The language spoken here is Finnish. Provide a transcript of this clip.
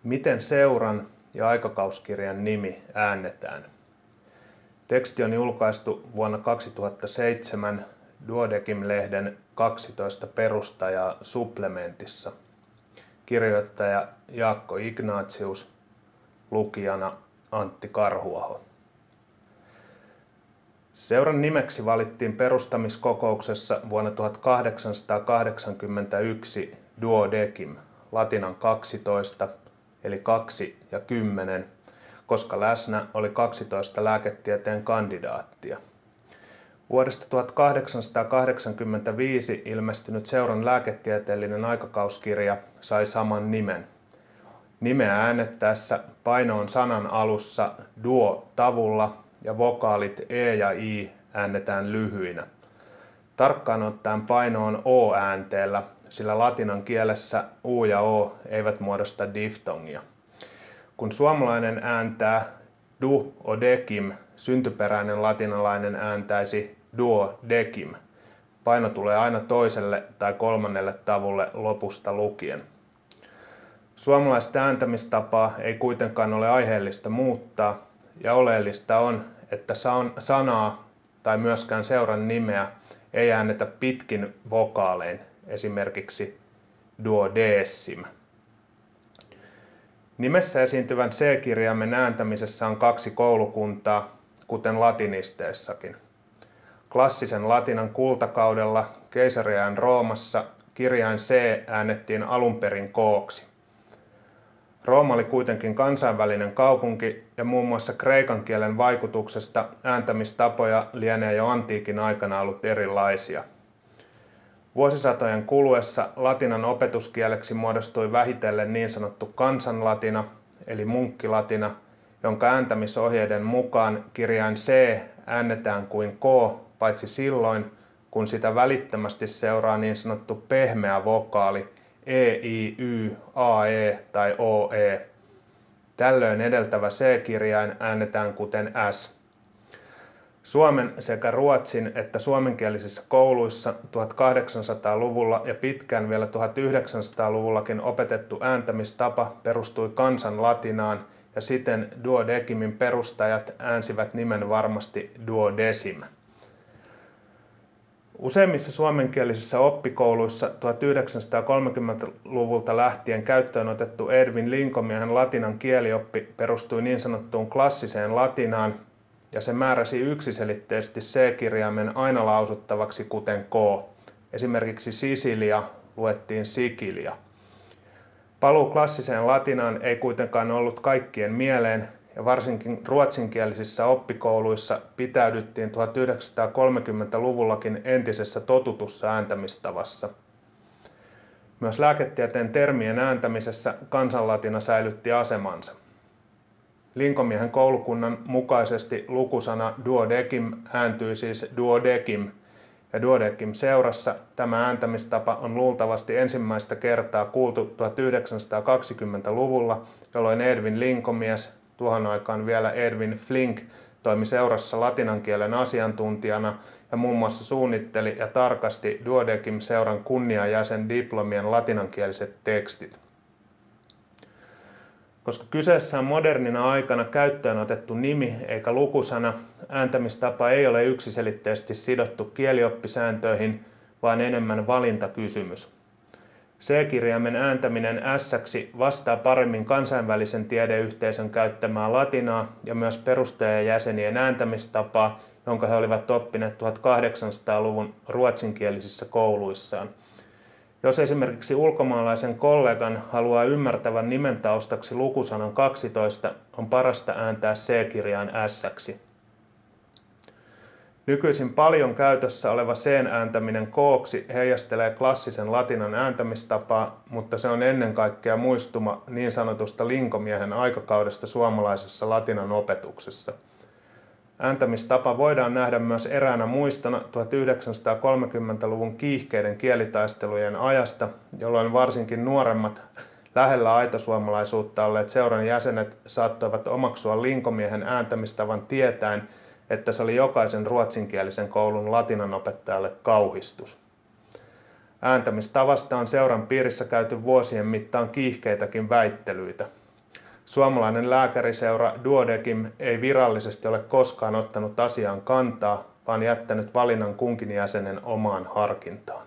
Miten seuran ja aikakauskirjan nimi äännetään? Teksti on julkaistu vuonna 2007 Duodecim-lehden 12 perustajaa supplementissa. Kirjoittaja Jaakko Ignatius, lukijana Antti Karhuaho. Seuran nimeksi valittiin perustamiskokouksessa vuonna 1881 Duodecim, latinan 12, eli 2 ja 10, koska läsnä oli 12 lääketieteen kandidaattia. Vuodesta 1885 ilmestynyt seuran lääketieteellinen aikakauskirja sai saman nimen. Nimeä äännettäessä paino on sanan alussa duo-tavulla ja vokaalit e ja i äännetään lyhyinä. Tarkkaan ottaen paino on o-äänteellä, sillä latinan kielessä u ja o eivät muodosta diftongia. Kun suomalainen ääntää duodecim, syntyperäinen latinalainen ääntäisi duodecim. Paino tulee aina toiselle tai kolmannelle tavulle lopusta lukien. Suomalaista ääntämistapaa ei kuitenkaan ole aiheellista muuttaa, ja oleellista on, että sanaa tai myöskään seuran nimeä ei äännetä pitkin vokaalein, esimerkiksi duodecim. Nimessä esiintyvän C-kirjaimen ääntämisessä on 2 koulukuntaa, kuten latinisteissakin. Klassisen latinan kultakaudella keisariajan Roomassa kirjain C äännettiin alun perin kooksi. Rooma oli kuitenkin kansainvälinen kaupunki ja muun muassa kreikan kielen vaikutuksesta ääntämistapoja lienee jo antiikin aikana ollut erilaisia. Vuosisatojen kuluessa latinan opetuskieleksi muodostui vähitellen niin sanottu kansanlatina, eli munkkilatina, jonka ääntämisohjeiden mukaan kirjain C äännetään kuin K, paitsi silloin, kun sitä välittömästi seuraa niin sanottu pehmeä vokaali e, i, y, a, e tai o, e. Tällöin edeltävä C-kirjain äännetään kuten S. Suomen sekä ruotsin että suomenkielisissä kouluissa 1800-luvulla ja pitkään vielä 1900-luvullakin opetettu ääntämistapa perustui kansanlatinaan ja siten duodecimin perustajat äänsivät nimen varmasti duodecim. Useimmissa suomenkielisissä oppikouluissa 1930-luvulta lähtien käyttöön otettu Edwin Linkomiehen latinan kielioppi perustui niin sanottuun klassiseen latinaan, ja se määräsi yksiselitteisesti C-kirjaimen aina lausuttavaksi kuten K. Esimerkiksi Sisilia luettiin Sikilia. Paluu klassiseen latinaan ei kuitenkaan ollut kaikkien mieleen, ja varsinkin ruotsinkielisissä oppikouluissa pitäydyttiin 1930-luvullakin entisessä totutussa ääntämistavassa. Myös lääketieteen termien ääntämisessä kansanlatina säilytti asemansa. Linkomiehen koulukunnan mukaisesti lukusana duodecim ääntyi siis duodecim, ja Duodecim-seurassa tämä ääntämistapa on luultavasti ensimmäistä kertaa kuultu 1920-luvulla, jolloin Edwin Linkomies, tuohon aikaan vielä Edwin Flink, toimi seurassa latinan kielen asiantuntijana ja muun muassa suunnitteli ja tarkasti Duodecim-seuran kunniajäsen diplomien latinankieliset tekstit. Koska kyseessä on modernina aikana käyttöön otettu nimi eikä lukusana, ääntämistapa ei ole yksiselitteisesti sidottu kielioppisääntöihin, vaan enemmän valintakysymys. C-kirjaimen ääntäminen S-ksi vastaa paremmin kansainvälisen tiedeyhteisön käyttämää latinaa ja myös perustajajäsenien ääntämistapaa, jonka he olivat oppineet 1800-luvun ruotsinkielisissä kouluissaan. Jos esimerkiksi ulkomaalaisen kollegan haluaa ymmärtävän nimen taustaksi lukusanan 12, on parasta ääntää C-kirjain S-ksi. Nykyisin paljon käytössä oleva C:n ääntäminen K:ksi heijastelee klassisen latinan ääntämistapaa, mutta se on ennen kaikkea muistuma niin sanotusta Linkomiehen aikakaudesta suomalaisessa latinan opetuksessa. Ääntämistapa voidaan nähdä myös eräänä muistona 1930-luvun kiihkeiden kielitaistelujen ajasta, jolloin varsinkin nuoremmat lähellä aitosuomalaisuutta olleet seuran jäsenet saattoivat omaksua Linkomiehen ääntämistavan tietäen, että se oli jokaisen ruotsinkielisen koulun latinanopettajalle kauhistus. Ääntämistavasta on seuran piirissä käyty vuosien mittaan kiihkeitäkin väittelyitä. Suomalainen lääkäriseura Duodecim ei virallisesti ole koskaan ottanut asiaan kantaa, vaan jättänyt valinnan kunkin jäsenen omaan harkintaan.